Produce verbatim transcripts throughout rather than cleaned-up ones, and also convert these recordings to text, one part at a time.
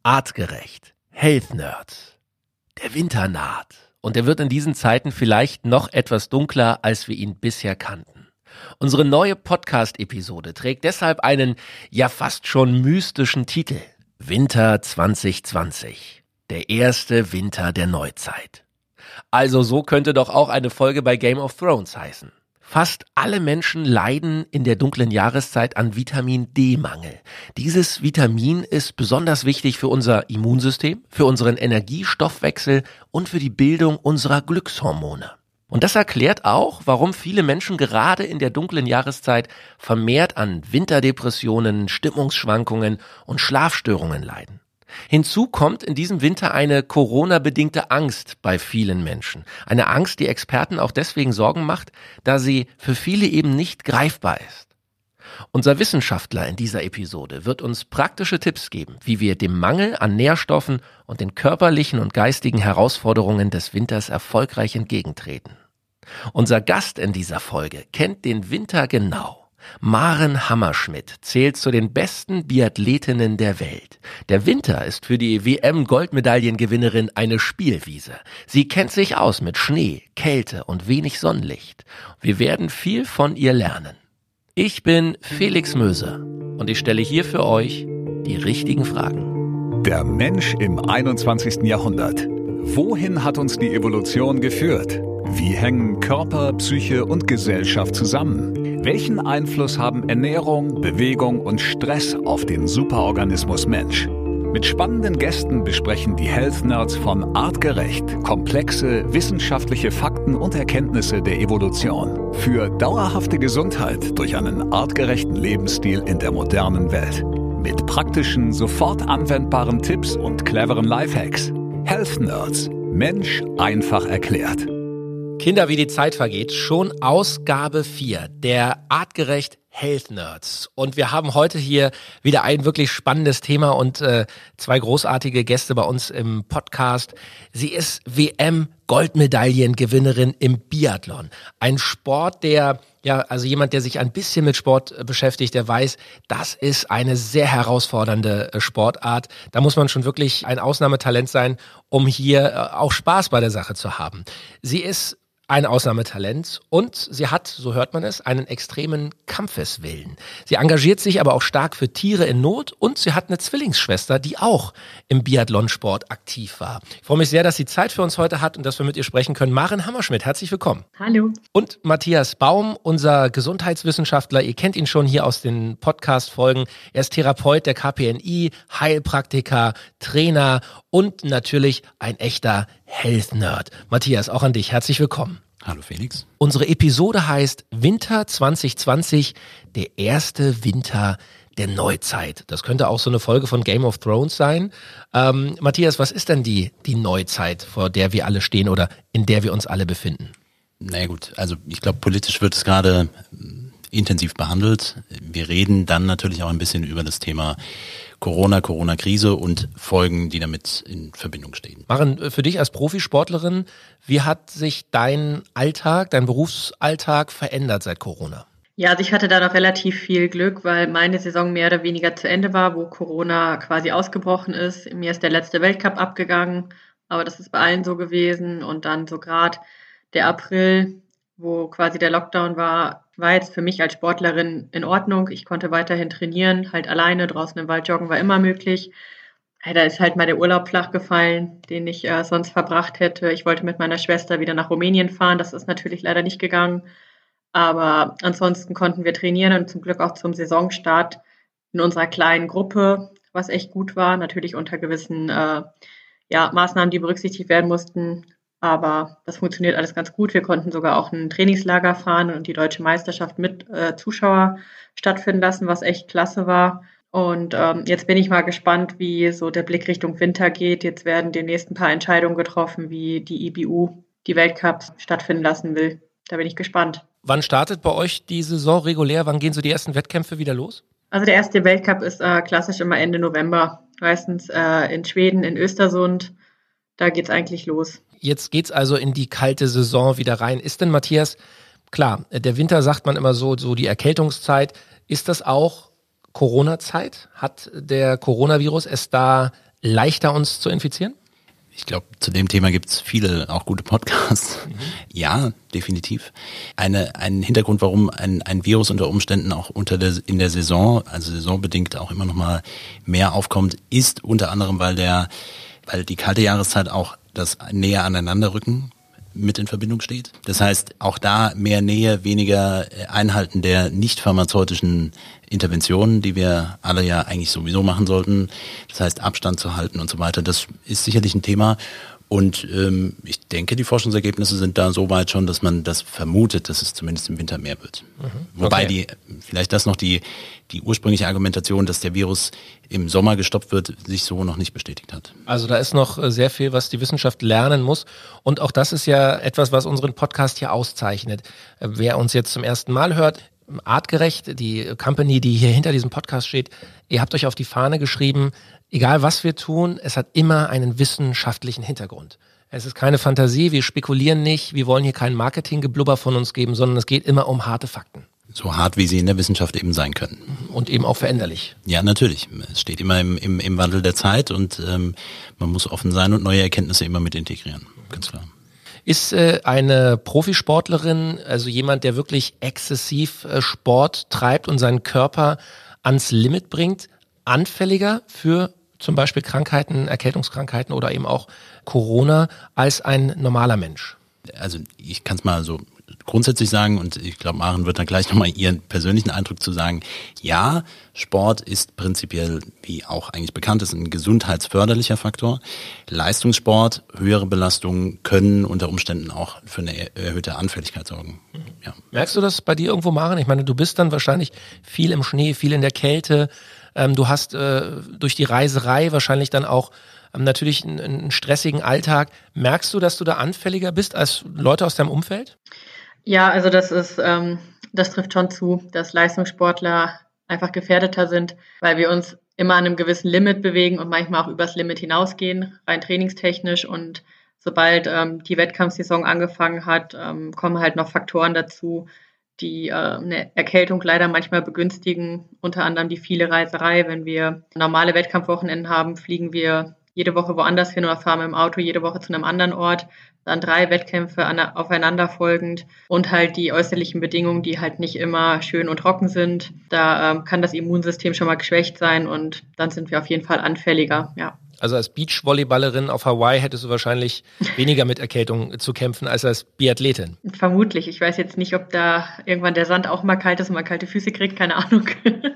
Artgerecht, Health Nerds. Der Winter naht und er wird in diesen Zeiten vielleicht noch etwas dunkler, als wir ihn bisher kannten. Unsere neue Podcast-Episode trägt deshalb einen ja fast schon mystischen Titel. Winter zwanzig zwanzig. Der erste Winter der Neuzeit. Also so könnte doch auch eine Folge bei Game of Thrones heißen. Fast alle Menschen leiden in der dunklen Jahreszeit an Vitamin-D-Mangel. Dieses Vitamin ist besonders wichtig für unser Immunsystem, für unseren Energiestoffwechsel und für die Bildung unserer Glückshormone. Und das erklärt auch, warum viele Menschen gerade in der dunklen Jahreszeit vermehrt an Winterdepressionen, Stimmungsschwankungen und Schlafstörungen leiden. Hinzu kommt in diesem Winter eine Corona-bedingte Angst bei vielen Menschen. Eine Angst, die Experten auch deswegen Sorgen macht, da sie für viele eben nicht greifbar ist. Unser Wissenschaftler in dieser Episode wird uns praktische Tipps geben, wie wir dem Mangel an Nährstoffen und den körperlichen und geistigen Herausforderungen des Winters erfolgreich entgegentreten. Unser Gast in dieser Folge kennt den Winter genau. Maren Hammerschmidt zählt zu den besten Biathletinnen der Welt. Der Winter ist für die W M-Goldmedaillengewinnerin eine Spielwiese. Sie kennt sich aus mit Schnee, Kälte und wenig Sonnenlicht. Wir werden viel von ihr lernen. Ich bin Felix Möser und ich stelle hier für euch die richtigen Fragen. Der Mensch im einundzwanzigsten Jahrhundert. Wohin hat uns die Evolution geführt? Wie hängen Körper, Psyche und Gesellschaft zusammen? Welchen Einfluss haben Ernährung, Bewegung und Stress auf den Superorganismus Mensch? Mit spannenden Gästen besprechen die Health Nerds von Artgerecht komplexe wissenschaftliche Fakten und Erkenntnisse der Evolution für dauerhafte Gesundheit durch einen artgerechten Lebensstil in der modernen Welt. Mit praktischen, sofort anwendbaren Tipps und cleveren Lifehacks. Health Nerds. Mensch einfach erklärt. Kinder, wie die Zeit vergeht, schon Ausgabe vier der Artgerecht Health Nerds. Und wir haben heute hier wieder ein wirklich spannendes Thema und äh, zwei großartige Gäste bei uns im Podcast. Sie ist W M-Goldmedaillengewinnerin im Biathlon. Ein Sport, der, ja, also jemand, der sich ein bisschen mit Sport äh, beschäftigt, der weiß, das ist eine sehr herausfordernde äh, Sportart. Da muss man schon wirklich ein Ausnahmetalent sein, um hier äh, auch Spaß bei der Sache zu haben. Sie ist ein Ausnahmetalent und sie hat, so hört man es, einen extremen Kampfeswillen. Sie engagiert sich aber auch stark für Tiere in Not und sie hat eine Zwillingsschwester, die auch im Biathlonsport aktiv war. Ich freue mich sehr, dass sie Zeit für uns heute hat und dass wir mit ihr sprechen können. Maren Hammerschmidt, herzlich willkommen. Hallo. Und Matthias Baum, unser Gesundheitswissenschaftler. Ihr kennt ihn schon hier aus den Podcast-Folgen. Er ist Therapeut der K P N I, Heilpraktiker, Trainer und natürlich ein echter Health Nerd. Matthias, auch an dich. Herzlich willkommen. Hallo Felix. Unsere Episode heißt Winter zwanzig zwanzig, der erste Winter der Neuzeit. Das könnte auch so eine Folge von Game of Thrones sein. Ähm, Matthias, was ist denn die, die Neuzeit, vor der wir alle stehen oder in der wir uns alle befinden? Na ja, gut, also ich glaube, politisch wird es gerade intensiv behandelt. Wir reden dann natürlich auch ein bisschen über das Thema Corona, Corona-Krise und Folgen, die damit in Verbindung stehen. Maren, für dich als Profisportlerin, wie hat sich dein Alltag, dein Berufsalltag verändert seit Corona? Ja, also ich hatte da noch relativ viel Glück, weil meine Saison mehr oder weniger zu Ende war, wo Corona quasi ausgebrochen ist. Mir ist der letzte Weltcup abgegangen, aber das ist bei allen so gewesen. Und dann so gerade der April, wo quasi der Lockdown war, war jetzt für mich als Sportlerin in Ordnung. Ich konnte weiterhin trainieren, halt alleine, draußen im Wald joggen war immer möglich. Hey, da ist halt mal der Urlaub flach gefallen, den ich äh, sonst verbracht hätte. Ich wollte mit meiner Schwester wieder nach Rumänien fahren, das ist natürlich leider nicht gegangen. Aber ansonsten konnten wir trainieren und zum Glück auch zum Saisonstart in unserer kleinen Gruppe, was echt gut war. Natürlich unter gewissen äh, ja, Maßnahmen, die berücksichtigt werden mussten. Aber das funktioniert alles ganz gut. Wir konnten sogar auch ein Trainingslager fahren und die deutsche Meisterschaft mit äh, Zuschauer stattfinden lassen, was echt klasse war. Und ähm, jetzt bin ich mal gespannt, wie so der Blick Richtung Winter geht. Jetzt werden die nächsten paar Entscheidungen getroffen, wie die I B U die Weltcups stattfinden lassen will. Da bin ich gespannt. Wann startet bei euch die Saison regulär? Wann gehen so die ersten Wettkämpfe wieder los? Also der erste Weltcup ist äh, klassisch immer Ende November. Meistens äh, in Schweden, in Östersund. Da geht's eigentlich los. Jetzt geht's also in die kalte Saison wieder rein. Ist denn, Matthias, klar, der Winter sagt man immer so, so die Erkältungszeit. Ist das auch Corona-Zeit? Hat der Coronavirus es da leichter, uns zu infizieren? Ich glaube, zu dem Thema gibt es viele auch gute Podcasts. Mhm. Ja, definitiv. Eine, ein Hintergrund, warum ein, ein Virus unter Umständen auch unter der, in der Saison, also saisonbedingt auch immer noch mal mehr aufkommt, ist unter anderem, weil der, weil die kalte Jahreszeit auch das näher aneinanderrücken mit in Verbindung steht. Das heißt, auch da mehr Nähe, weniger Einhalten der nicht pharmazeutischen Interventionen, die wir alle ja eigentlich sowieso machen sollten. Das heißt, Abstand zu halten und so weiter. Das ist sicherlich ein Thema. Und ähm, ich denke, die Forschungsergebnisse sind da so weit schon, dass man das vermutet, dass es zumindest im Winter mehr wird. Mhm. Wobei okay. die, vielleicht das noch die, die ursprüngliche Argumentation, dass der Virus im Sommer gestoppt wird, sich so noch nicht bestätigt hat. Also da ist noch sehr viel, was die Wissenschaft lernen muss. Und auch das ist ja etwas, was unseren Podcast hier auszeichnet. Wer uns jetzt zum ersten Mal hört, Artgerecht, die Company, die hier hinter diesem Podcast steht, ihr habt euch auf die Fahne geschrieben, egal was wir tun, es hat immer einen wissenschaftlichen Hintergrund. Es ist keine Fantasie, wir spekulieren nicht, wir wollen hier kein Marketinggeblubber von uns geben, sondern es geht immer um harte Fakten. So hart, wie sie in der Wissenschaft eben sein können. Und eben auch veränderlich. Ja, natürlich. Es steht immer im, im, im Wandel der Zeit und ähm, man muss offen sein und neue Erkenntnisse immer mit integrieren. Ganz klar. Ist äh, eine Profisportlerin, also jemand, der wirklich exzessiv äh, Sport treibt und seinen Körper ans Limit bringt, anfälliger für zum Beispiel Krankheiten, Erkältungskrankheiten oder eben auch Corona als ein normaler Mensch? Also ich kann es mal so grundsätzlich sagen und ich glaube, Maren wird dann gleich nochmal ihren persönlichen Eindruck zu sagen. Ja, Sport ist prinzipiell, wie auch eigentlich bekannt ist, ein gesundheitsförderlicher Faktor. Leistungssport, höhere Belastungen können unter Umständen auch für eine erhöhte Anfälligkeit sorgen. Ja. Merkst du das bei dir irgendwo, Maren? Ich meine, du bist dann wahrscheinlich viel im Schnee, viel in der Kälte. Ähm, du hast äh, durch die Reiserei wahrscheinlich dann auch ähm, natürlich einen, einen stressigen Alltag. Merkst du, dass du da anfälliger bist als Leute aus deinem Umfeld? Ja, also das ist, ähm, das trifft schon zu, dass Leistungssportler einfach gefährdeter sind, weil wir uns immer an einem gewissen Limit bewegen und manchmal auch übers Limit hinausgehen, rein trainingstechnisch. Und sobald ähm, die Wettkampfsaison angefangen hat, ähm, kommen halt noch Faktoren dazu, die äh, eine Erkältung leider manchmal begünstigen, unter anderem die viele Reiserei. Wenn wir normale Wettkampfwochenenden haben, fliegen wir jede Woche woanders hin oder fahren mit dem Auto jede Woche zu einem anderen Ort. Dann drei Wettkämpfe an, aufeinander folgend und halt die äußerlichen Bedingungen, die halt nicht immer schön und trocken sind. Da ähm, kann das Immunsystem schon mal geschwächt sein und dann sind wir auf jeden Fall anfälliger, ja. Also als Beachvolleyballerin auf Hawaii hättest du wahrscheinlich weniger mit Erkältung zu kämpfen als als Biathletin. Vermutlich. Ich weiß jetzt nicht, ob da irgendwann der Sand auch mal kalt ist und man kalte Füße kriegt, keine Ahnung.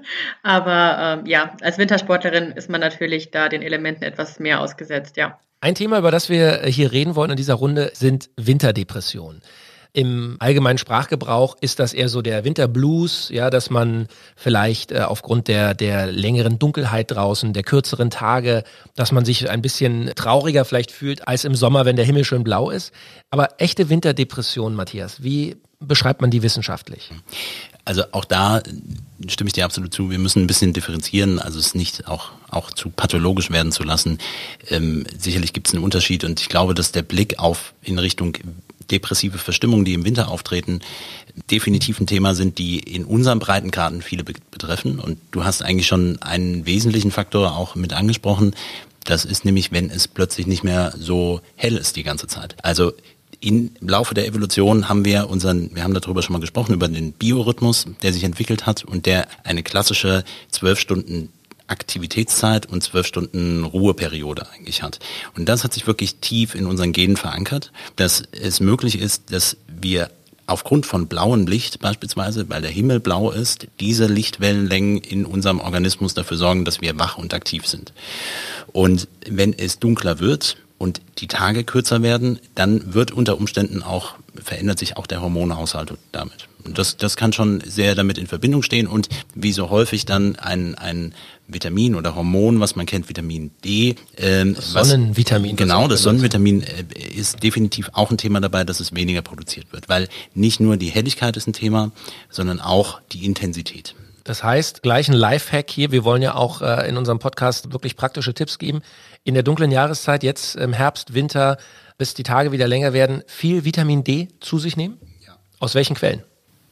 Aber ähm, ja, als Wintersportlerin ist man natürlich da den Elementen etwas mehr ausgesetzt, ja. Ein Thema, über das wir hier reden wollen in dieser Runde, sind Winterdepressionen. Im allgemeinen Sprachgebrauch ist das eher so der Winterblues, ja, dass man vielleicht äh, aufgrund der der längeren Dunkelheit draußen, der kürzeren Tage, dass man sich ein bisschen trauriger vielleicht fühlt als im Sommer, wenn der Himmel schön blau ist. Aber echte Winterdepression, Matthias, wie beschreibt man die wissenschaftlich? Also auch da stimme ich dir absolut zu. Wir müssen ein bisschen differenzieren, also es nicht auch auch zu pathologisch werden zu lassen. Ähm, sicherlich gibt es einen Unterschied und ich glaube, dass der Blick auf in Richtung depressive Verstimmungen, die im Winter auftreten, definitiv ein Thema sind, die in unseren Breitengraden viele be- betreffen. Und du hast eigentlich schon einen wesentlichen Faktor auch mit angesprochen. Das ist nämlich, wenn es plötzlich nicht mehr so hell ist die ganze Zeit. Also im Laufe der Evolution haben wir unseren, wir haben darüber schon mal gesprochen, über den Biorhythmus, der sich entwickelt hat und der eine klassische zwölf Stunden Aktivitätszeit und zwölf Stunden Ruheperiode eigentlich hat. Und das hat sich wirklich tief in unseren Genen verankert, dass es möglich ist, dass wir aufgrund von blauem Licht beispielsweise, weil der Himmel blau ist, diese Lichtwellenlängen in unserem Organismus dafür sorgen, dass wir wach und aktiv sind. Und wenn es dunkler wird und die Tage kürzer werden, dann wird unter Umständen auch, verändert sich auch der Hormonhaushalt damit. Und das, das kann schon sehr damit in Verbindung stehen und wie so häufig dann ein, ein Vitamin oder Hormon, was man kennt, Vitamin D. Ähm, das Sonnenvitamin. Was, genau, das Sonnenvitamin äh, ist definitiv auch ein Thema dabei, dass es weniger produziert wird, weil nicht nur die Helligkeit ist ein Thema, sondern auch die Intensität. Das heißt, gleich ein Lifehack hier, wir wollen ja auch äh, in unserem Podcast wirklich praktische Tipps geben. In der dunklen Jahreszeit, jetzt im Herbst, Winter, bis die Tage wieder länger werden, viel Vitamin D zu sich nehmen? Ja. Aus welchen Quellen?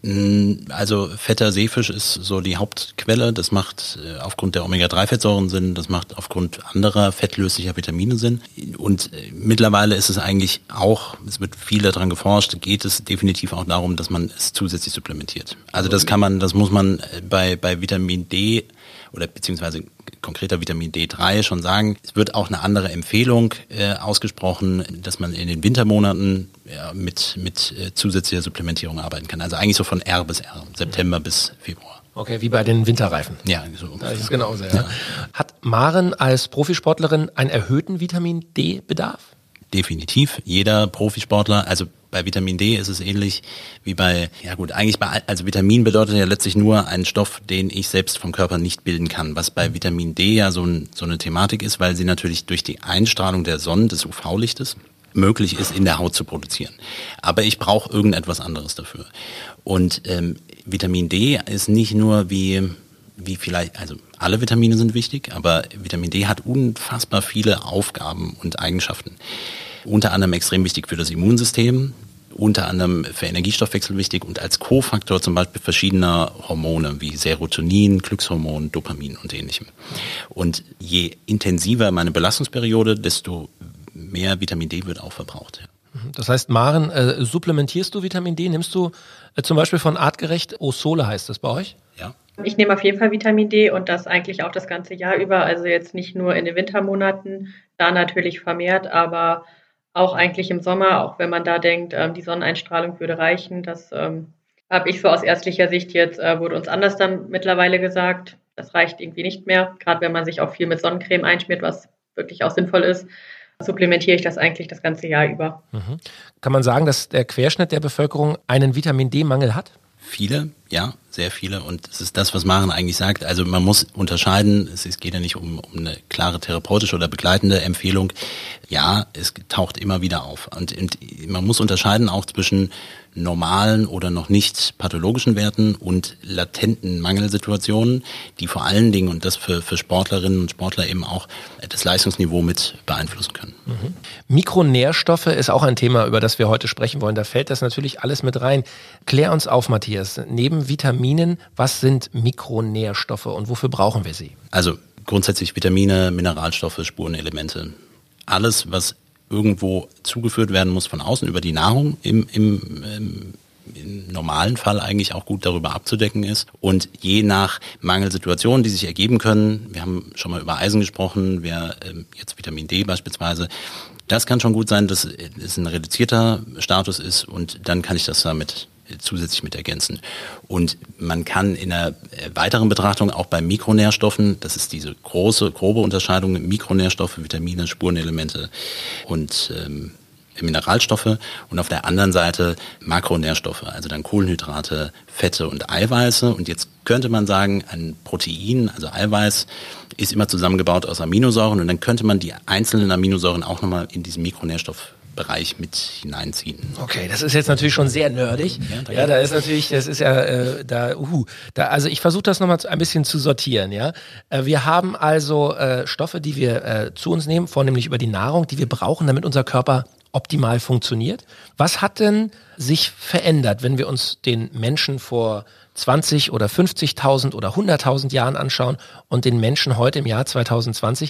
Also fetter Seefisch ist so die Hauptquelle. Das macht äh, aufgrund der Omega drei Fettsäuren Sinn, das macht aufgrund anderer fettlöslicher Vitamine Sinn. Und äh, mittlerweile ist es eigentlich auch, es wird viel daran geforscht, geht es definitiv auch darum, dass man es zusätzlich supplementiert. Also das kann man, das muss man bei, bei Vitamin D oder beziehungsweise konkreter Vitamin D drei schon sagen. Es wird auch eine andere Empfehlung äh, ausgesprochen, dass man in den Wintermonaten ja, mit, mit äh, zusätzlicher Supplementierung arbeiten kann. Also eigentlich so von R bis R, September bis Februar. Okay, wie bei den Winterreifen. Ja, so. Das ist genauso, ja. Ja. Hat Maren als Profisportlerin einen erhöhten Vitamin D-Bedarf? Definitiv. Jeder Profisportler, also bei Vitamin D ist es ähnlich wie bei, ja gut, eigentlich bei, also Vitamin bedeutet ja letztlich nur einen Stoff, den ich selbst vom Körper nicht bilden kann, was bei Vitamin D ja so, ein, so eine Thematik ist, weil sie natürlich durch die Einstrahlung der Sonne, des U V-Lichtes, möglich ist, in der Haut zu produzieren. Aber ich brauche irgendetwas anderes dafür. Und ähm, Vitamin D ist nicht nur wie, wie vielleicht, also alle Vitamine sind wichtig, aber Vitamin D hat unfassbar viele Aufgaben und Eigenschaften. Unter anderem extrem wichtig für das Immunsystem, unter anderem für Energiestoffwechsel wichtig und als Kofaktor zum Beispiel verschiedener Hormone wie Serotonin, Glückshormon, Dopamin und ähnlichem. Und je intensiver meine Belastungsperiode, desto mehr Vitamin D wird auch verbraucht. Das heißt, Maren, äh, supplementierst du Vitamin D? Nimmst du äh, zum Beispiel von Artgerecht O-Sole, heißt das bei euch? Ja. Ich nehme auf jeden Fall Vitamin D und das eigentlich auch das ganze Jahr über. Also jetzt nicht nur in den Wintermonaten, da natürlich vermehrt, aber auch eigentlich im Sommer, auch wenn man da denkt, ähm, die Sonneneinstrahlung würde reichen. Das ähm, habe ich so aus ärztlicher Sicht jetzt, äh, wurde uns anders dann mittlerweile gesagt. Das reicht irgendwie nicht mehr, gerade wenn man sich auch viel mit Sonnencreme einschmiert, was wirklich auch sinnvoll ist. Supplementiere ich das eigentlich das ganze Jahr über. Mhm. Kann man sagen, dass der Querschnitt der Bevölkerung einen Vitamin-D-Mangel hat? Viele, ja, sehr viele. Und es ist das, was Maren eigentlich sagt. Also man muss unterscheiden, es geht ja nicht um, um eine klare therapeutische oder begleitende Empfehlung. Ja, es taucht immer wieder auf. Und, und man muss unterscheiden auch zwischen normalen oder noch nicht pathologischen Werten und latenten Mangelsituationen, die vor allen Dingen, und das für, für Sportlerinnen und Sportler eben auch, das Leistungsniveau mit beeinflussen können. Mhm. Mikronährstoffe ist auch ein Thema, über das wir heute sprechen wollen. Da fällt das natürlich alles mit rein. Klär uns auf, Matthias. Neben Vitaminen, was sind Mikronährstoffe und wofür brauchen wir sie? Also grundsätzlich Vitamine, Mineralstoffe, Spurenelemente. Alles, was irgendwo zugeführt werden muss von außen über die Nahrung, im, im, im, im normalen Fall eigentlich auch gut darüber abzudecken ist. Und je nach Mangelsituationen, die sich ergeben können, wir haben schon mal über Eisen gesprochen, wir, ähm, jetzt Vitamin D beispielsweise, das kann schon gut sein, dass es ein reduzierter Status ist und dann kann ich das damit zusätzlich mit ergänzen. Und man kann in einer weiteren Betrachtung auch bei Mikronährstoffen, das ist diese große, grobe Unterscheidung, Mikronährstoffe, Vitamine, Spurenelemente und ähm, Mineralstoffe und auf der anderen Seite Makronährstoffe, also dann Kohlenhydrate, Fette und Eiweiße. Und jetzt könnte man sagen, ein Protein, also Eiweiß, ist immer zusammengebaut aus Aminosäuren und dann könnte man die einzelnen Aminosäuren auch nochmal in diesen Mikronährstoff Bereich mit hineinziehen. Okay, das ist jetzt natürlich schon sehr nerdig. Ja, ja da ist natürlich, das ist ja äh, da, uh, da, also ich versuche das nochmal ein bisschen zu sortieren, ja. Äh, wir haben also äh, Stoffe, die wir äh, zu uns nehmen, vornehmlich über die Nahrung, die wir brauchen, damit unser Körper optimal funktioniert. Was hat denn sich verändert, wenn wir uns den Menschen vor zwanzig oder fünfzigtausend oder hunderttausend Jahren anschauen und den Menschen heute im Jahr zwanzig zwanzig?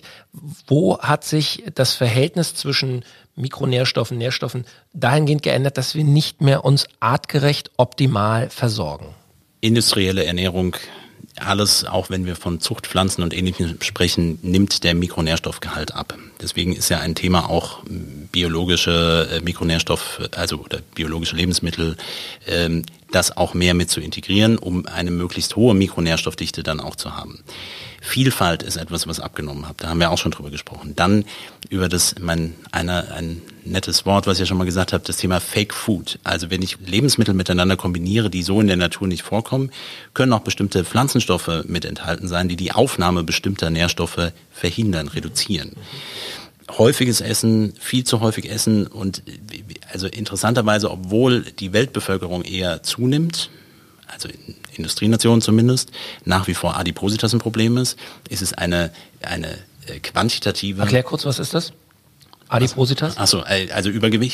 Wo hat sich das Verhältnis zwischen Mikronährstoffen, Nährstoffen dahingehend geändert, dass wir nicht mehr uns artgerecht optimal versorgen? Industrielle Ernährung, alles, auch wenn wir von Zuchtpflanzen und Ähnlichem sprechen, nimmt der Mikronährstoffgehalt ab. Deswegen ist ja ein Thema auch biologische äh, Mikronährstoff, also oder biologische Lebensmittel, ähm, das auch mehr mit zu integrieren, um eine möglichst hohe Mikronährstoffdichte dann auch zu haben. Vielfalt ist etwas, was abgenommen hat. Da haben wir auch schon drüber gesprochen. Dann über das, mein, einer, ein nettes Wort, was ich ja schon mal gesagt habe, das Thema Fake Food. Also wenn ich Lebensmittel miteinander kombiniere, die so in der Natur nicht vorkommen, können auch bestimmte Pflanzenstoffe mit enthalten sein, die die Aufnahme bestimmter Nährstoffe verhindern, reduzieren. Häufiges Essen, viel zu häufig Essen und also interessanterweise, obwohl die Weltbevölkerung eher zunimmt, also in Industrienationen zumindest, nach wie vor Adipositas ein Problem ist, ist es eine, eine quantitative... Erklär kurz, was ist das? Adipositas? Achso, also Übergewicht.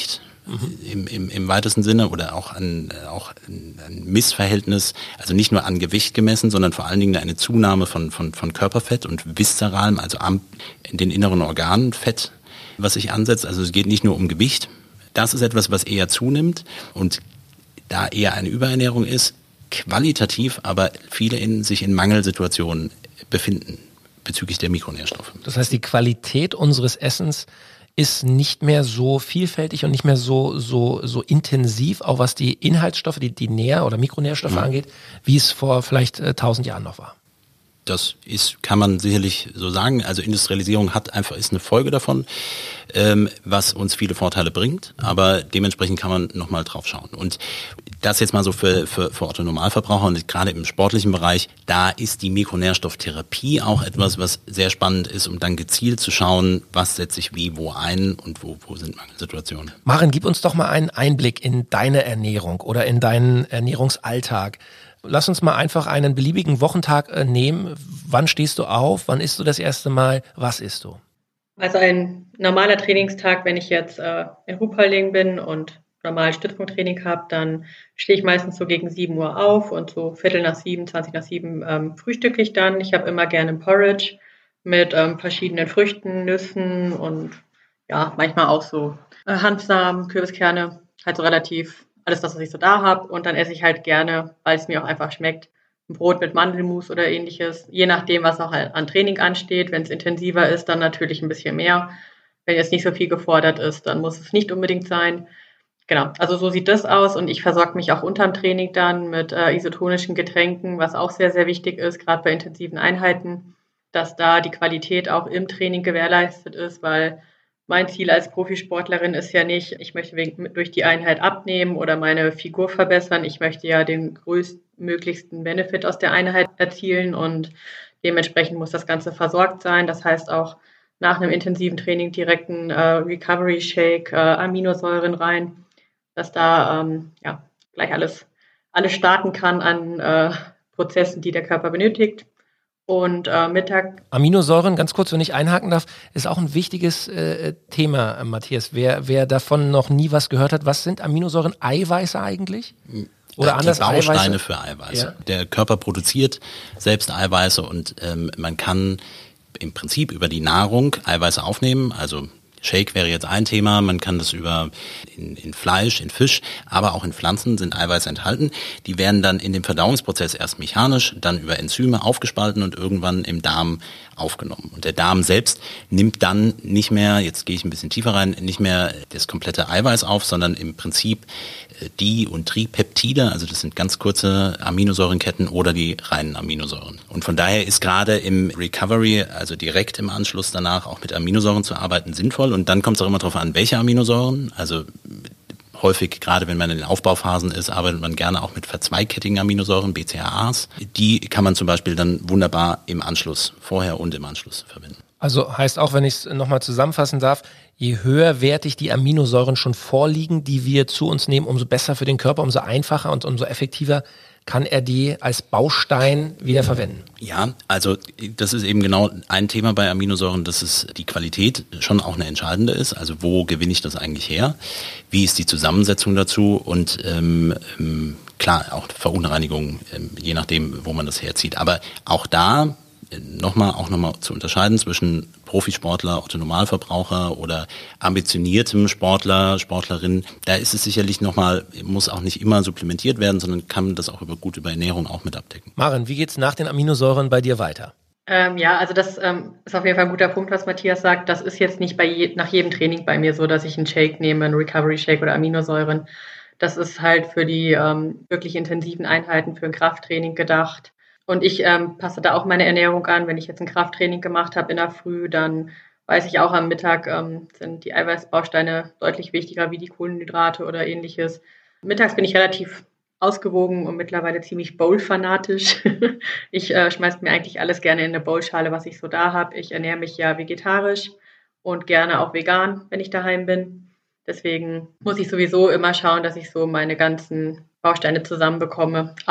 im, im, im weitesten Sinne oder auch an auch ein Missverhältnis, also nicht nur an Gewicht gemessen, sondern vor allen Dingen eine Zunahme von, von, von Körperfett und viszeralem, also am, in den inneren Organen Fett, was sich ansetzt. Also es geht nicht nur um Gewicht. Das ist etwas, was eher zunimmt und da eher eine Überernährung ist, qualitativ aber viele in, sich in Mangelsituationen befinden bezüglich der Mikronährstoffe. Das heißt, die Qualität unseres Essens ist nicht mehr so vielfältig und nicht mehr so so so intensiv, auch was die Inhaltsstoffe, die, die Nähr- oder Mikronährstoffe mhm. angeht, wie es vor vielleicht äh, tausend Jahren noch war. Das ist, kann man sicherlich so sagen. Also Industrialisierung hat einfach, ist eine Folge davon, ähm, was uns viele Vorteile bringt. Aber dementsprechend kann man nochmal drauf schauen. Und das jetzt mal so für, für, für Otto-Normalverbraucher und gerade im sportlichen Bereich, da ist die Mikronährstofftherapie auch etwas, was sehr spannend ist, um dann gezielt zu schauen, was setze ich wie, wo ein und wo, wo sind Mangelsituationen. Maren, gib uns doch mal einen Einblick in deine Ernährung oder in deinen Ernährungsalltag. Lass uns mal einfach einen beliebigen Wochentag äh, nehmen. Wann stehst du auf? Wann isst du das erste Mal? Was isst du? Also ein normaler Trainingstag, wenn ich jetzt äh, in Ruppolding bin und normal Stützpunkttraining habe, dann stehe ich meistens so gegen sieben Uhr auf und so Viertel nach sieben, zwanzig nach sieben ähm, frühstücke ich dann. Ich habe immer gerne ein Porridge mit ähm, verschiedenen Früchten, Nüssen und ja, manchmal auch so äh, Hanfsamen, Kürbiskerne, halt so relativ alles das, was ich so da habe. Und dann esse ich halt gerne, weil es mir auch einfach schmeckt, ein Brot mit Mandelmus oder ähnliches. Je nachdem, was auch halt an Training ansteht. Wenn es intensiver ist, dann natürlich ein bisschen mehr. Wenn jetzt nicht so viel gefordert ist, dann muss es nicht unbedingt sein. Genau, also so sieht das aus. Und ich versorge mich auch unterm Training dann mit äh, isotonischen Getränken, was auch sehr, sehr wichtig ist, gerade bei intensiven Einheiten, dass da die Qualität auch im Training gewährleistet ist, weil mein Ziel als Profisportlerin ist ja nicht, ich möchte wegen, durch die Einheit abnehmen oder meine Figur verbessern. Ich möchte ja den größtmöglichsten Benefit aus der Einheit erzielen und dementsprechend muss das Ganze versorgt sein. Das heißt auch nach einem intensiven Training direkt ein äh, Recovery Shake, äh, Aminosäuren rein, dass da ähm, ja, gleich alles, alles starten kann an äh, Prozessen, die der Körper benötigt. Und äh, Mittag. Aminosäuren, ganz kurz, wenn ich einhaken darf, ist auch ein wichtiges äh, Thema, äh, Matthias. Wer, wer davon noch nie was gehört hat, was sind Aminosäuren? Eiweiße eigentlich? Oder die anders Bausteine Eiweiße? für Eiweiße. Ja. Der Körper produziert selbst Eiweiße und ähm, man kann im Prinzip über die Nahrung Eiweiße aufnehmen, also Shake wäre jetzt ein Thema, man kann das über in, in Fleisch, in Fisch, aber auch in Pflanzen sind Eiweiße enthalten. Die werden dann in dem Verdauungsprozess erst mechanisch, dann über Enzyme aufgespalten und irgendwann im Darm aufgenommen. Und der Darm selbst nimmt dann nicht mehr, jetzt gehe ich ein bisschen tiefer rein, nicht mehr das komplette Eiweiß auf, sondern im Prinzip Di- und Tripeptide, also das sind ganz kurze Aminosäurenketten oder die reinen Aminosäuren. Und von daher ist gerade im Recovery, also direkt im Anschluss danach auch mit Aminosäuren zu arbeiten, sinnvoll. Und dann kommt es auch immer darauf an, welche Aminosäuren. Also häufig, gerade wenn man in den Aufbauphasen ist, arbeitet man gerne auch mit verzweigkettigen Aminosäuren, B C A As. Die kann man zum Beispiel dann wunderbar im Anschluss, vorher und im Anschluss verwenden. Also heißt auch, wenn ich es nochmal zusammenfassen darf, je höherwertig die Aminosäuren schon vorliegen, die wir zu uns nehmen, umso besser für den Körper, umso einfacher und umso effektiver kann er die als Baustein wieder verwenden. Ja, also das ist eben genau ein Thema bei Aminosäuren, dass es die Qualität schon auch eine entscheidende ist. Also wo gewinne ich das eigentlich her? Wie ist die Zusammensetzung dazu? Und ähm, ähm, klar, auch Verunreinigungen, ähm, je nachdem, wo man das herzieht. Aber auch da nochmal auch nochmal zu unterscheiden zwischen Profisportler, Otto-Normalverbraucher oder ambitioniertem Sportler, Sportlerin. Da ist es sicherlich nochmal, muss auch nicht immer supplementiert werden, sondern kann das auch über gut über Ernährung auch mit abdecken. Maren, wie geht's nach den Aminosäuren bei dir weiter? Ähm, ja, also das ähm, ist auf jeden Fall ein guter Punkt, was Matthias sagt. Das ist jetzt nicht bei je, nach jedem Training bei mir so, dass ich einen Shake nehme, einen Recovery Shake oder Aminosäuren. Das ist halt für die ähm, wirklich intensiven Einheiten, für ein Krafttraining gedacht. Und ich ähm, passe da auch meine Ernährung an. Wenn ich jetzt ein Krafttraining gemacht habe in der Früh, dann weiß ich auch am Mittag ähm, sind die Eiweißbausteine deutlich wichtiger wie die Kohlenhydrate oder ähnliches. Mittags bin ich relativ ausgewogen und mittlerweile ziemlich Bowl-fanatisch. Ich äh, schmeiße mir eigentlich alles gerne in eine Bowlschale, was ich so da habe. Ich ernähre mich ja vegetarisch und gerne auch vegan, wenn ich daheim bin. Deswegen muss ich sowieso immer schauen, dass ich so meine ganzen Bausteine zusammenbekomme. Aber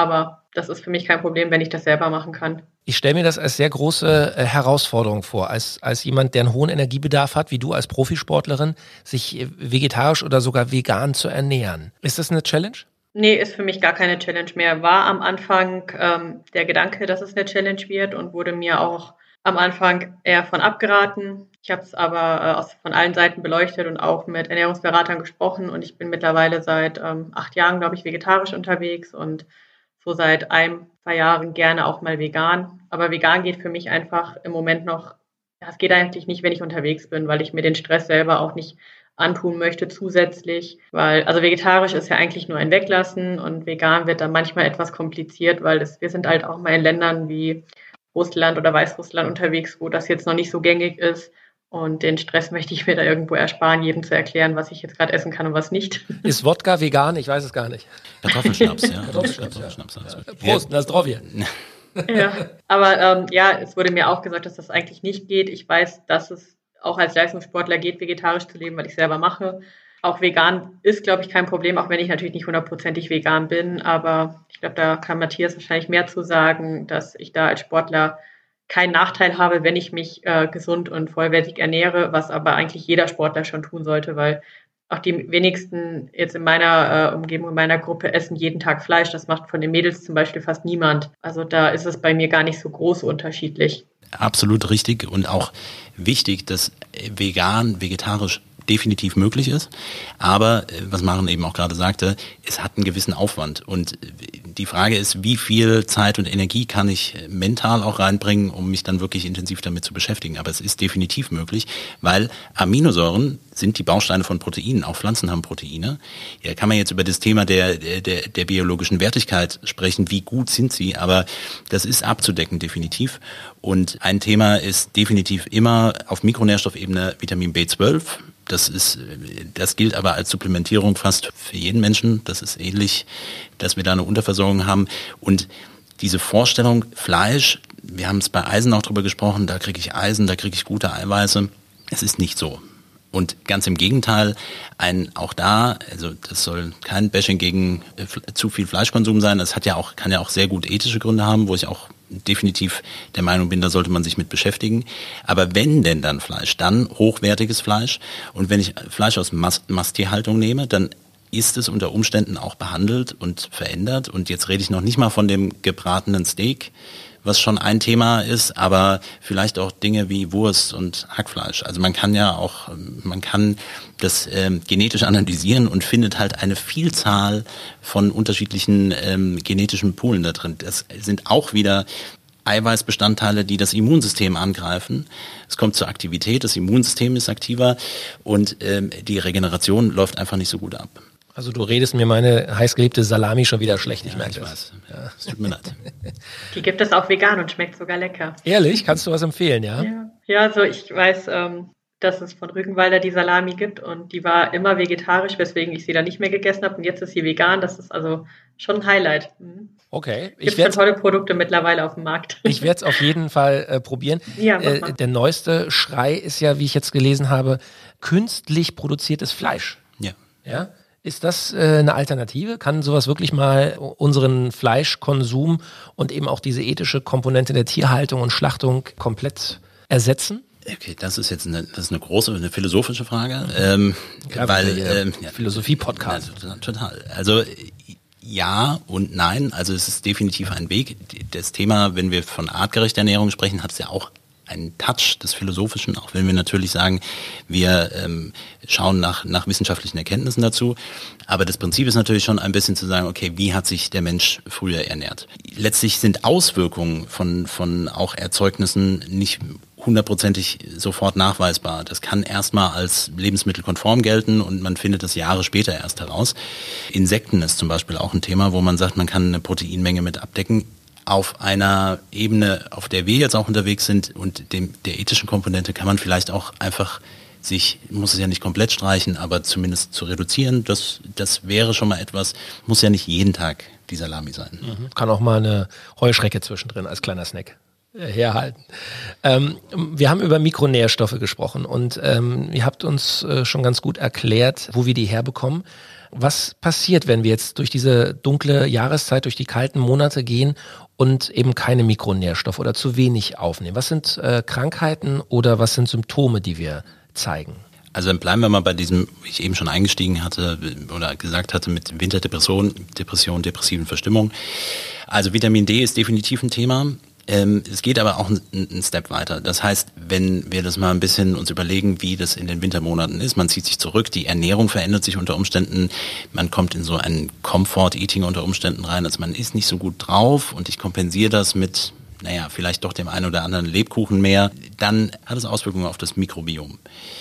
das ist für mich kein Problem, wenn ich das selber machen kann. Ich stelle mir das als sehr große äh, Herausforderung vor, als, als jemand, der einen hohen Energiebedarf hat, wie du als Profisportlerin, sich vegetarisch oder sogar vegan zu ernähren. Ist das eine Challenge? Nee, ist für mich gar keine Challenge mehr. War am Anfang ähm, der Gedanke, dass es eine Challenge wird und wurde mir auch am Anfang eher von abgeraten. Ich habe es aber äh, aus, von allen Seiten beleuchtet und auch mit Ernährungsberatern gesprochen und ich bin mittlerweile seit ähm, acht Jahren, glaube ich, vegetarisch unterwegs und so seit ein, zwei Jahren gerne auch mal vegan. Aber vegan geht für mich einfach im Moment noch, ja, es geht eigentlich nicht, wenn ich unterwegs bin, weil ich mir den Stress selber auch nicht antun möchte zusätzlich, weil, also vegetarisch ist ja eigentlich nur ein Weglassen und vegan wird dann manchmal etwas kompliziert, weil es, wir sind halt auch mal in Ländern wie Russland oder Weißrussland unterwegs, wo das jetzt noch nicht so gängig ist. Und den Stress möchte ich mir da irgendwo ersparen, jedem zu erklären, was ich jetzt gerade essen kann und was nicht. Ist Wodka vegan? Ich weiß es gar nicht. Kartoffelschnaps, ja. Kartoffelschnaps, Kartoffelschnaps, ja. Ja. Prost, das drauf hier. Ja, aber ähm, ja, es wurde mir auch gesagt, dass das eigentlich nicht geht. Ich weiß, dass es auch als Leistungssportler geht, vegetarisch zu leben, weil ich selber mache. Auch vegan ist, glaube ich, kein Problem, auch wenn ich natürlich nicht hundertprozentig vegan bin. Aber ich glaube, da kann Matthias wahrscheinlich mehr zu sagen, dass ich da als Sportler keinen Nachteil habe, wenn ich mich äh, gesund und vollwertig ernähre, was aber eigentlich jeder Sportler schon tun sollte, weil auch die wenigsten jetzt in meiner äh, Umgebung, in meiner Gruppe essen jeden Tag Fleisch. Das macht von den Mädels zum Beispiel fast niemand. Also da ist es bei mir gar nicht so groß unterschiedlich. Absolut richtig und auch wichtig, dass vegan, vegetarisch definitiv möglich ist. Aber, was Maren eben auch gerade sagte, es hat einen gewissen Aufwand. Und die Frage ist, wie viel Zeit und Energie kann ich mental auch reinbringen, um mich dann wirklich intensiv damit zu beschäftigen. Aber es ist definitiv möglich, weil Aminosäuren sind die Bausteine von Proteinen. Auch Pflanzen haben Proteine. Ja, kann man jetzt über das Thema der, der, der biologischen Wertigkeit sprechen. Wie gut sind sie? Aber das ist abzudecken, definitiv. Und ein Thema ist definitiv immer auf Mikronährstoffebene Vitamin B zwölf. Das ist, das gilt aber als Supplementierung fast für jeden Menschen. Das ist ähnlich, dass wir da eine Unterversorgung haben. Und diese Vorstellung, Fleisch, wir haben es bei Eisen auch drüber gesprochen, da kriege ich Eisen, da kriege ich gute Eiweiße. Es ist nicht so. Und ganz im Gegenteil, ein auch da, also das soll kein Bashing gegen äh, zu viel Fleischkonsum sein. Das hat ja auch, kann ja auch sehr gut ethische Gründe haben, wo ich auch definitiv der Meinung bin, da sollte man sich mit beschäftigen. Aber wenn denn dann Fleisch, dann hochwertiges Fleisch. Und wenn ich Fleisch aus Mast- Masttierhaltung nehme, dann ist es unter Umständen auch behandelt und verändert. Und jetzt rede ich noch nicht mal von dem gebratenen Steak, was schon ein Thema ist, aber vielleicht auch Dinge wie Wurst und Hackfleisch. Also man kann ja auch, man kann das ähm, genetisch analysieren und findet halt eine Vielzahl von unterschiedlichen ähm, genetischen Poolen da drin. Das sind auch wieder Eiweißbestandteile, die das Immunsystem angreifen. Es kommt zur Aktivität, das Immunsystem ist aktiver und ähm, die Regeneration läuft einfach nicht so gut ab. Also du redest mir meine heißgeliebte Salami schon wieder schlecht, ich ja, merke ich das. Weiß. Ja, es tut mir leid. Die gibt es auch vegan und schmeckt sogar lecker. Ehrlich? Kannst du was empfehlen, ja? Ja, ja also ich weiß, ähm, dass es von Rügenwalder die Salami gibt und die war immer vegetarisch, weswegen ich sie dann nicht mehr gegessen habe und jetzt ist sie vegan. Das ist also schon ein Highlight. Mhm. Okay. Es gibt schon tolle Produkte mittlerweile auf dem Markt. Ich werde es auf jeden Fall äh, probieren. Ja, äh, der neueste Schrei ist ja, wie ich jetzt gelesen habe, künstlich produziertes Fleisch. Ja. Ja? Ist das äh, eine Alternative? Kann sowas wirklich mal unseren Fleischkonsum und eben auch diese ethische Komponente der Tierhaltung und Schlachtung komplett ersetzen? Okay, das ist jetzt eine, das ist eine große, eine philosophische Frage, ähm, ja, weil ähm, ja, Philosophie-Podcast. Also, total. Also ja und nein. Also es ist definitiv ein Weg. Das Thema, wenn wir von artgerechter Ernährung sprechen, hat es ja auch einen Touch des Philosophischen, auch wenn wir natürlich sagen, wir ähm, schauen nach, nach wissenschaftlichen Erkenntnissen dazu. Aber das Prinzip ist natürlich schon ein bisschen zu sagen, okay, wie hat sich der Mensch früher ernährt? Letztlich sind Auswirkungen von, von auch Erzeugnissen nicht hundertprozentig sofort nachweisbar. Das kann erstmal als lebensmittelkonform gelten und man findet das Jahre später erst heraus. Insekten ist zum Beispiel auch ein Thema, wo man sagt, man kann eine Proteinmenge mit abdecken. Auf einer Ebene, auf der wir jetzt auch unterwegs sind und dem, der ethischen Komponente kann man vielleicht auch einfach sich, muss es ja nicht komplett streichen, aber zumindest zu reduzieren, das, das wäre schon mal etwas, muss ja nicht jeden Tag die Salami sein. Mhm. Kann auch mal eine Heuschrecke zwischendrin als kleiner Snack. herhalten. Ähm, wir haben über Mikronährstoffe gesprochen und ähm, ihr habt uns äh, schon ganz gut erklärt, wo wir die herbekommen. Was passiert, wenn wir jetzt durch diese dunkle Jahreszeit, durch die kalten Monate gehen und eben keine Mikronährstoffe oder zu wenig aufnehmen? Was sind äh, Krankheiten oder was sind Symptome, die wir zeigen? Also dann bleiben wir mal bei diesem, wie ich eben schon eingestiegen hatte oder gesagt hatte, mit Winterdepression, Depression, depressiven Verstimmung. Also Vitamin D ist definitiv ein Thema. Ähm, es geht aber auch einen Step weiter. Das heißt, wenn wir das mal ein bisschen uns überlegen, wie das in den Wintermonaten ist, man zieht sich zurück, die Ernährung verändert sich unter Umständen, man kommt in so ein Comfort-Eating unter Umständen rein, also man ist nicht so gut drauf und ich kompensiere das mit, naja, vielleicht doch dem einen oder anderen Lebkuchen mehr, dann hat es Auswirkungen auf das Mikrobiom.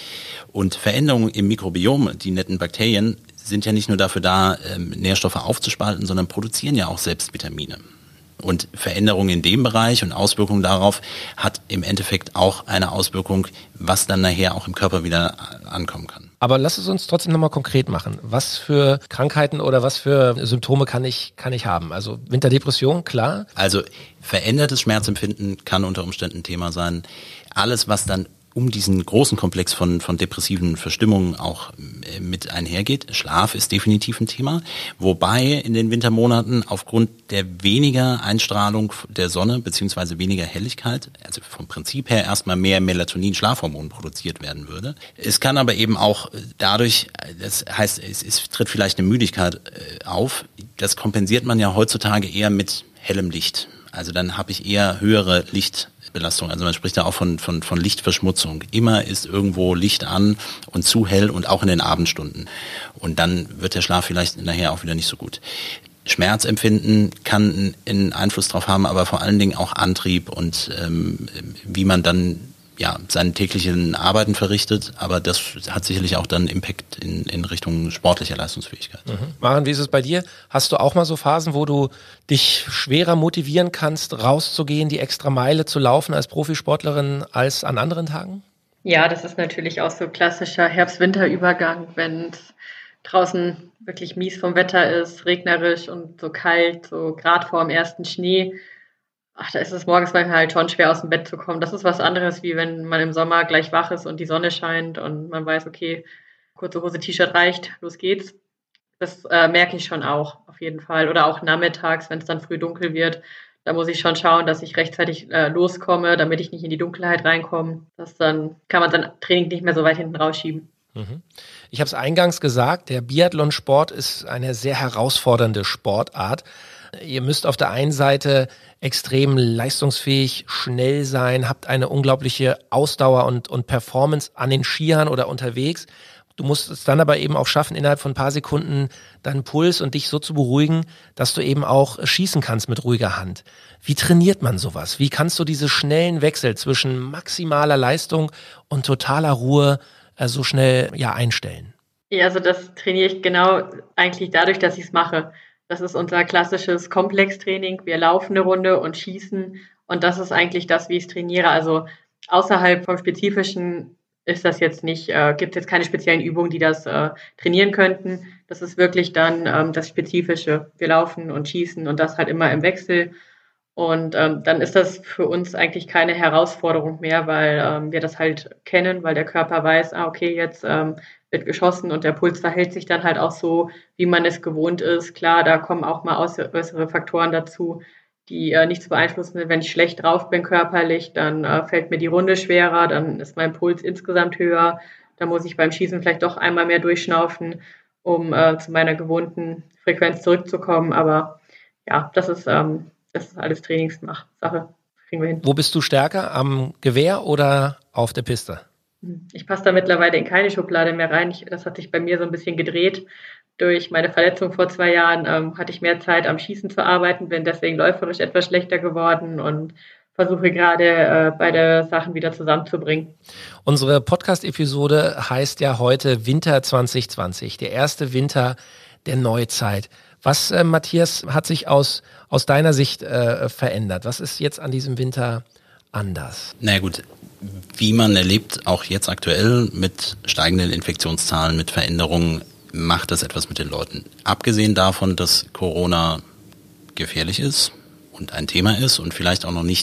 Und Veränderungen im Mikrobiom, die netten Bakterien, sind ja nicht nur dafür da, Nährstoffe aufzuspalten, sondern produzieren ja auch selbst Vitamine. Und Veränderungen in dem Bereich und Auswirkungen darauf hat im Endeffekt auch eine Auswirkung, was dann nachher auch im Körper wieder ankommen kann. Aber lass es uns trotzdem nochmal konkret machen. Was für Krankheiten oder was für Symptome kann ich, kann ich haben? Also Winterdepression, klar. Also verändertes Schmerzempfinden kann unter Umständen ein Thema sein. Alles, was dann um diesen großen Komplex von, von depressiven Verstimmungen auch mit einhergeht. Schlaf ist definitiv ein Thema, wobei in den Wintermonaten aufgrund der weniger Einstrahlung der Sonne beziehungsweise weniger Helligkeit, also vom Prinzip her erstmal mehr Melatonin-Schlafhormon produziert werden würde. Es kann aber eben auch dadurch, das heißt, es, es tritt vielleicht eine Müdigkeit auf, das kompensiert man ja heutzutage eher mit hellem Licht. Also dann habe ich eher höhere Lichtbelastung. Also man spricht da auch von, von, von Lichtverschmutzung. Immer ist irgendwo Licht an und zu hell und auch in den Abendstunden. Und dann wird der Schlaf vielleicht nachher auch wieder nicht so gut. Schmerzempfinden kann einen Einfluss drauf haben, aber vor allen Dingen auch Antrieb und ähm, wie man dann ja seine täglichen Arbeiten verrichtet. Aber das hat sicherlich auch dann Impact in, in Richtung sportlicher Leistungsfähigkeit. Mhm. Maren, wie ist es bei dir? Hast du auch mal so Phasen, wo du dich schwerer motivieren kannst, rauszugehen, die extra Meile zu laufen als Profisportlerin als an anderen Tagen? Ja, das ist natürlich auch so klassischer Herbst-Winter-Übergang, wenn es draußen wirklich mies vom Wetter ist, regnerisch und so kalt, so gerade vor dem ersten Schnee. Ach, da ist es morgens manchmal halt schon schwer aus dem Bett zu kommen. Das ist was anderes, wie wenn man im Sommer gleich wach ist und die Sonne scheint und man weiß, okay, kurze Hose, T-Shirt reicht, los geht's. Das äh, merke ich schon auch, auf jeden Fall. Oder auch nachmittags, wenn es dann früh dunkel wird, da muss ich schon schauen, dass ich rechtzeitig äh, loskomme, damit ich nicht in die Dunkelheit reinkomme. Das dann kann man sein Training nicht mehr so weit hinten rausschieben. Mhm. Ich habe es eingangs gesagt, der Biathlonsport ist eine sehr herausfordernde Sportart. Ihr müsst auf der einen Seite extrem leistungsfähig, schnell sein, habt eine unglaubliche Ausdauer und, und Performance an den Skiern oder unterwegs. Du musst es dann aber eben auch schaffen, innerhalb von ein paar Sekunden deinen Puls und dich so zu beruhigen, dass du eben auch schießen kannst mit ruhiger Hand. Wie trainiert man sowas? Wie kannst du diese schnellen Wechsel zwischen maximaler Leistung und totaler Ruhe äh, so schnell ja einstellen? Ja, also das trainiere ich genau eigentlich dadurch, dass ich es mache. Das ist unser klassisches Komplextraining. Wir laufen eine Runde und schießen. Und das ist eigentlich das, wie ich es trainiere. Also außerhalb vom Spezifischen ist das jetzt nicht, äh, gibt es jetzt keine speziellen Übungen, die das äh, trainieren könnten. Das ist wirklich dann ähm, das Spezifische. Wir laufen und schießen und das halt immer im Wechsel. Und ähm, dann ist das für uns eigentlich keine Herausforderung mehr, weil ähm, wir das halt kennen, weil der Körper weiß, ah, okay, jetzt ähm, wird geschossen und der Puls verhält sich dann halt auch so, wie man es gewohnt ist. Klar, da kommen auch mal äußere Faktoren dazu, die äh, nicht zu beeinflussen sind. Wenn ich schlecht drauf bin körperlich, dann äh, fällt mir die Runde schwerer, dann ist mein Puls insgesamt höher. Dann muss ich beim Schießen vielleicht doch einmal mehr durchschnaufen, um äh, zu meiner gewohnten Frequenz zurückzukommen. Aber ja, das ist, ähm, das ist alles Trainingssache. Kriegen wir hin. Wo bist du stärker, am Gewehr oder auf der Piste? Ich passe da mittlerweile in keine Schublade mehr rein. Ich, das hat sich bei mir so ein bisschen gedreht. Durch meine Verletzung vor zwei Jahren ähm, hatte ich mehr Zeit am Schießen zu arbeiten, bin deswegen läuferisch etwas schlechter geworden und versuche gerade äh, beide Sachen wieder zusammenzubringen. Unsere Podcast-Episode heißt ja heute Winter zwanzig zwanzig, der erste Winter der Neuzeit. Was, äh, Matthias, hat sich aus, aus deiner Sicht äh, verändert? Was ist jetzt an diesem Winter anders? Na ja, gut, wie man erlebt, auch jetzt aktuell mit steigenden Infektionszahlen, mit Veränderungen, macht das etwas mit den Leuten. Abgesehen davon, dass Corona gefährlich ist und ein Thema ist und vielleicht auch noch nicht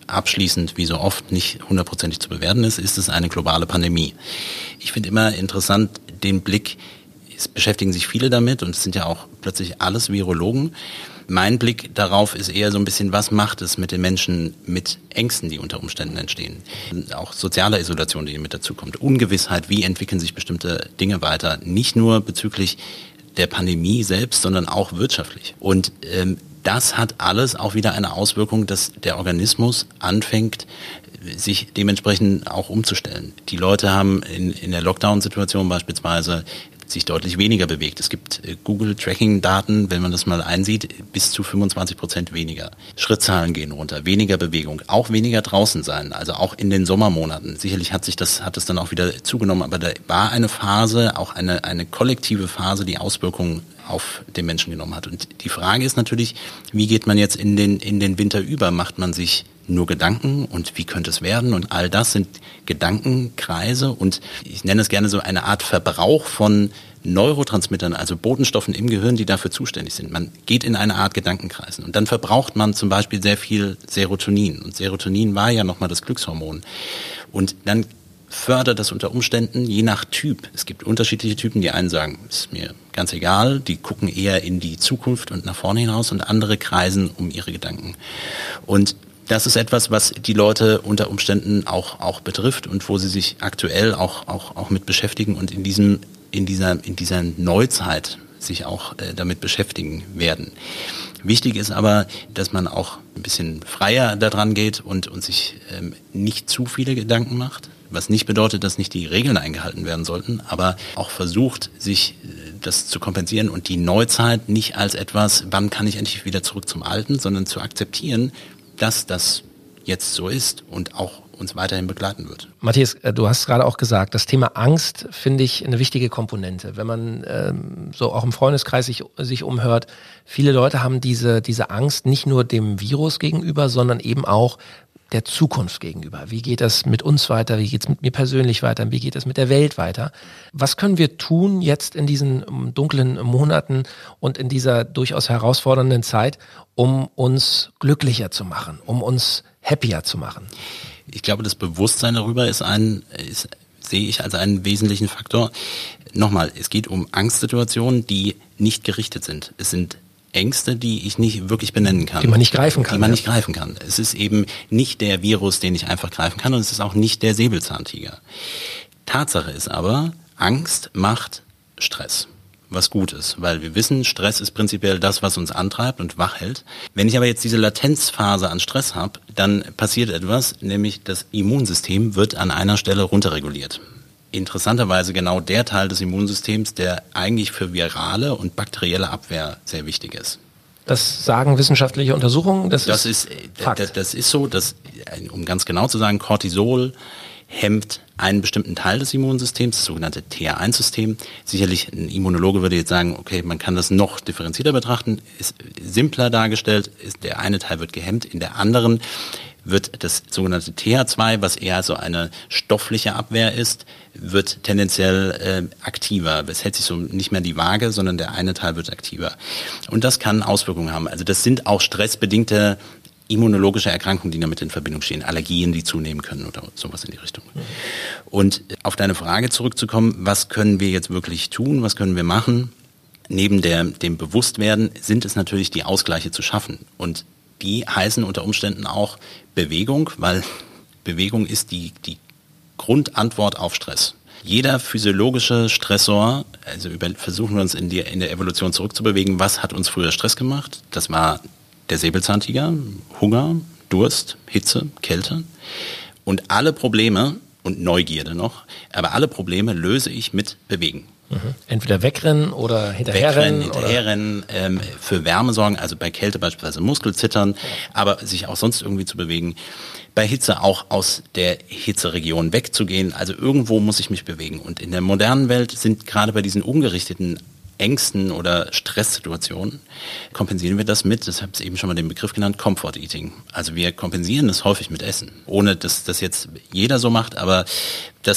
abschließend, wie so oft, nicht hundertprozentig zu bewerten ist, ist es eine globale Pandemie. Ich finde immer interessant den Blick, es beschäftigen sich viele damit und es sind ja auch plötzlich alles Virologen. Mein Blick darauf ist eher so ein bisschen, was macht es mit den Menschen mit Ängsten, die unter Umständen entstehen. Auch soziale Isolation, die mit dazu kommt. Ungewissheit, wie entwickeln sich bestimmte Dinge weiter. Nicht nur bezüglich der Pandemie selbst, sondern auch wirtschaftlich. Und ähm, das hat alles auch wieder eine Auswirkung, dass der Organismus anfängt, sich dementsprechend auch umzustellen. Die Leute haben in, in der Lockdown-Situation beispielsweise sich deutlich weniger bewegt. Es gibt äh, Google-Tracking-Daten, wenn man das mal einsieht, bis zu fünfundzwanzig Prozent weniger. Schrittzahlen gehen runter, weniger Bewegung, auch weniger draußen sein, also auch in den Sommermonaten. Sicherlich hat sich das, hat es dann auch wieder zugenommen, aber da war eine Phase, auch eine, eine kollektive Phase, die Auswirkungen auf den Menschen genommen hat. Und die Frage ist natürlich, wie geht man jetzt in den, in den Winter über? Macht man sich nur Gedanken und wie könnte es werden? Und all das sind Gedankenkreise und ich nenne es gerne so eine Art Verbrauch von Neurotransmittern, also Botenstoffen im Gehirn, die dafür zuständig sind. Man geht in eine Art Gedankenkreisen und dann verbraucht man zum Beispiel sehr viel Serotonin. Und Serotonin war ja nochmal das Glückshormon. Und dann fördert das unter Umständen, je nach Typ. Es gibt unterschiedliche Typen, die einen sagen, ist mir ganz egal, die gucken eher in die Zukunft und nach vorne hinaus und andere kreisen um ihre Gedanken. Und das ist etwas, was die Leute unter Umständen auch, auch betrifft und wo sie sich aktuell auch, auch, auch mit beschäftigen und in diesem, in dieser, in dieser Neuzeit sich auch äh, damit beschäftigen werden. Wichtig ist aber, dass man auch ein bisschen freier daran geht und, und sich ähm, nicht zu viele Gedanken macht. Was nicht bedeutet, dass nicht die Regeln eingehalten werden sollten, aber auch versucht, sich das zu kompensieren und die Neuzeit nicht als etwas, wann kann ich endlich wieder zurück zum Alten, sondern zu akzeptieren, dass das jetzt so ist und auch uns weiterhin begleiten wird. Matthias, du hast gerade auch gesagt, das Thema Angst finde ich eine wichtige Komponente. Wenn man ähm, so auch im Freundeskreis sich, sich umhört, viele Leute haben diese, diese Angst nicht nur dem Virus gegenüber, sondern eben auch der Zukunft gegenüber. Wie geht das mit uns weiter? Wie geht es mit mir persönlich weiter? Wie geht es mit der Welt weiter? Was können wir tun jetzt in diesen dunklen Monaten und in dieser durchaus herausfordernden Zeit, um uns glücklicher zu machen, um uns happier zu machen? Ich glaube, das Bewusstsein darüber ist ein, ist, sehe ich als einen wesentlichen Faktor. Nochmal, es geht um Angstsituationen, die nicht gerichtet sind. Es sind Ängste, die ich nicht wirklich benennen kann. Die man nicht greifen kann. Die man ja. nicht greifen kann. Es ist eben nicht der Virus, den ich einfach greifen kann und es ist auch nicht der Säbelzahntiger. Tatsache ist aber, Angst macht Stress. Was gut ist, weil wir wissen, Stress ist prinzipiell das, was uns antreibt und wach hält. Wenn ich aber jetzt diese Latenzphase an Stress habe, dann passiert etwas, nämlich das Immunsystem wird an einer Stelle runterreguliert. Interessanterweise genau der Teil des Immunsystems, der eigentlich für virale und bakterielle Abwehr sehr wichtig ist. Das sagen wissenschaftliche Untersuchungen. Das, das ist, ist Fakt. Das, das ist so, dass, um ganz genau zu sagen, Cortisol hemmt einen bestimmten Teil des Immunsystems, das sogenannte T H eins System. Sicherlich ein Immunologe würde jetzt sagen, okay, man kann das noch differenzierter betrachten, ist simpler dargestellt, ist der eine Teil wird gehemmt, in der anderen wird das sogenannte T H zwei, was eher so eine stoffliche Abwehr ist, wird tendenziell äh, aktiver. Es hält sich so nicht mehr die Waage, sondern der eine Teil wird aktiver. Und das kann Auswirkungen haben. Also das sind auch stressbedingte immunologische Erkrankungen, die damit in Verbindung stehen, Allergien, die zunehmen können oder sowas in die Richtung. Und auf deine Frage zurückzukommen, was können wir jetzt wirklich tun, was können wir machen? Neben der, dem Bewusstwerden sind es natürlich die Ausgleiche zu schaffen. Und die heißen unter Umständen auch Bewegung, weil Bewegung ist die, die Grundantwort auf Stress. Jeder physiologische Stressor, also über, versuchen wir uns in, die, in der Evolution zurückzubewegen, was hat uns früher Stress gemacht? Das war der Säbelzahntiger, Hunger, Durst, Hitze, Kälte. Und alle Probleme, und Neugierde noch, aber alle Probleme löse ich mit Bewegen. Mhm. Entweder wegrennen oder hinterherrennen. Wegrennen, hinterherrennen, ähm, für Wärme sorgen, also bei Kälte beispielsweise Muskelzittern, ja. aber sich auch sonst irgendwie zu bewegen. Bei Hitze auch aus der Hitzeregion wegzugehen, also irgendwo muss ich mich bewegen. Und in der modernen Welt sind gerade bei diesen ungerichteten Ängsten oder Stresssituationen kompensieren wir das mit, das habe ich eben schon mal den Begriff genannt, Comfort Eating. Also wir kompensieren das häufig mit Essen, ohne dass das jetzt jeder so macht, aber das ist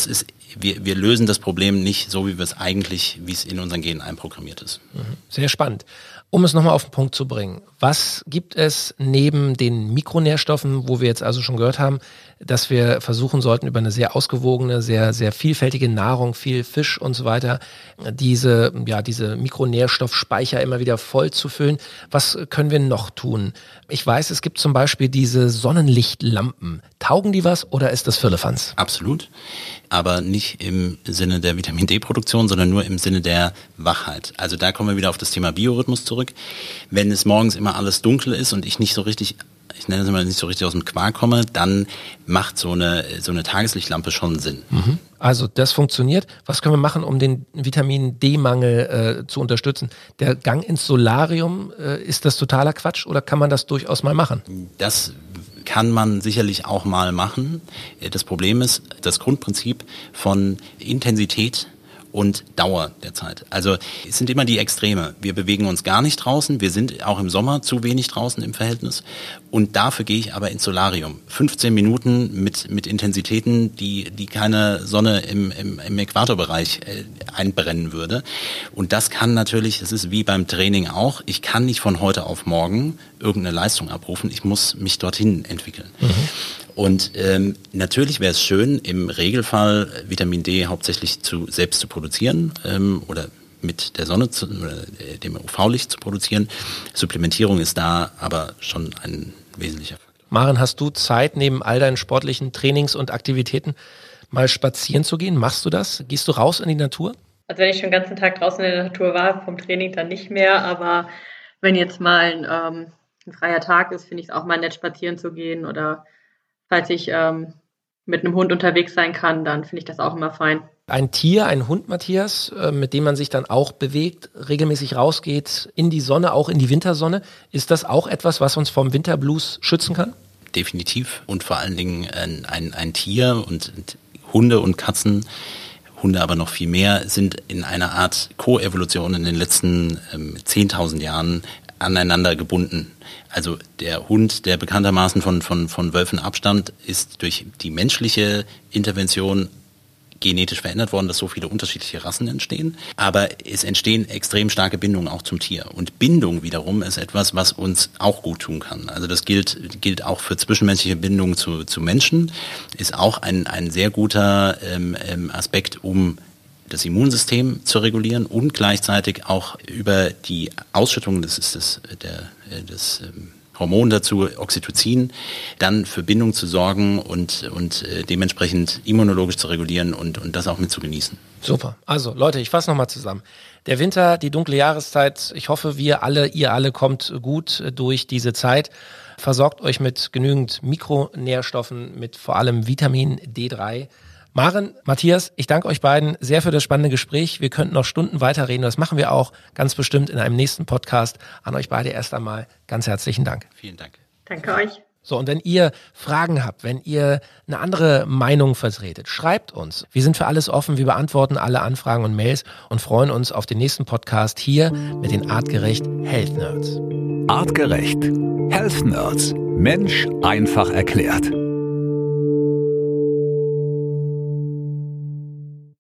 wir, wir lösen das Problem nicht so, wie wir es eigentlich, wie es in unseren Genen einprogrammiert ist. Sehr spannend. Um es nochmal auf den Punkt zu bringen, was gibt es neben den Mikronährstoffen, wo wir jetzt also schon gehört haben, dass wir versuchen sollten, über eine sehr ausgewogene, sehr, sehr vielfältige Nahrung, viel Fisch und so weiter, diese, ja, diese Mikronährstoffspeicher immer wieder voll zu füllen. Was können wir noch tun? Ich weiß, es gibt zum Beispiel diese Sonnenlichtlampen. Taugen die was oder ist das Firlefanz? Absolut, aber nicht im Sinne der Vitamin-D-Produktion, sondern nur im Sinne der Wachheit. Also da kommen wir wieder auf das Thema Biorhythmus zurück. Wenn es morgens immer alles dunkel ist und ich nicht so richtig, ich nenne es mal nicht so richtig aus dem Quark komme, dann macht so eine, so eine Tageslichtlampe schon Sinn. Mhm. Also das funktioniert. Was können wir machen, um den Vitamin-D-Mangel äh, zu unterstützen? Der Gang ins Solarium, äh, ist das totaler Quatsch oder kann man das durchaus mal machen? Das kann man sicherlich auch mal machen. Das Problem ist das Grundprinzip von Intensität und Dauer der Zeit. Also es sind immer die Extreme. Wir bewegen uns gar nicht draußen, wir sind auch im Sommer zu wenig draußen im Verhältnis und dafür gehe ich aber ins Solarium. fünfzehn Minuten mit mit Intensitäten, die die keine Sonne im, im, im Äquatorbereich äh, einbrennen würde. Und das kann natürlich, das ist wie beim Training auch, ich kann nicht von heute auf morgen irgendeine Leistung abrufen, ich muss mich dorthin entwickeln. Mhm. Und ähm, natürlich wäre es schön, im Regelfall Vitamin D hauptsächlich zu, selbst zu produzieren ähm, oder mit der Sonne zu, oder dem U V-Licht zu produzieren. Supplementierung ist da aber schon ein wesentlicher Faktor. Maren, hast du Zeit, neben all deinen sportlichen Trainings und Aktivitäten mal spazieren zu gehen? Machst du das? Gehst du raus in die Natur? Also wenn ich schon den ganzen Tag draußen in der Natur war, vom Training dann nicht mehr, aber wenn jetzt mal ein, ähm, ein freier Tag ist, finde ich es auch mal nett, spazieren zu gehen oder falls ich ähm, mit einem Hund unterwegs sein kann, dann finde ich das auch immer fein. Ein Tier, ein Hund, Matthias, äh, mit dem man sich dann auch bewegt, regelmäßig rausgeht in die Sonne, auch in die Wintersonne. Ist das auch etwas, was uns vom Winterblues schützen kann? Definitiv und vor allen Dingen ein, ein, ein Tier und Hunde und Katzen, Hunde aber noch viel mehr, sind in einer Art Koevolution in den letzten ähm, zehntausend Jahren aneinander gebunden. Also der Hund, der bekanntermaßen von, von, von Wölfen abstammt, ist durch die menschliche Intervention genetisch verändert worden, dass so viele unterschiedliche Rassen entstehen. Aber es entstehen extrem starke Bindungen auch zum Tier. Und Bindung wiederum ist etwas, was uns auch gut tun kann. Also das gilt, gilt auch für zwischenmenschliche Bindungen zu, zu Menschen, ist auch ein, ein sehr guter ähm, Aspekt, um das Immunsystem zu regulieren und gleichzeitig auch über die Ausschüttung, das ist das, der, das ähm, Hormon dazu, Oxytocin, dann für Bindung zu sorgen und, und äh, dementsprechend immunologisch zu regulieren und, und das auch mit zu genießen. Super. Also Leute, ich fasse nochmal zusammen. Der Winter, die dunkle Jahreszeit, ich hoffe, wir alle, ihr alle kommt gut durch diese Zeit. Versorgt euch mit genügend Mikronährstoffen, mit vor allem Vitamin D drei. Maren, Matthias, ich danke euch beiden sehr für das spannende Gespräch. Wir könnten noch Stunden weiterreden. Das machen wir auch ganz bestimmt in einem nächsten Podcast. An euch beide erst einmal ganz herzlichen Dank. Vielen Dank. Danke euch. So, und wenn ihr Fragen habt, wenn ihr eine andere Meinung vertretet, schreibt uns. Wir sind für alles offen. Wir beantworten alle Anfragen und Mails und freuen uns auf den nächsten Podcast hier mit den Artgerecht Health Nerds. Artgerecht Health Nerds. Mensch einfach erklärt.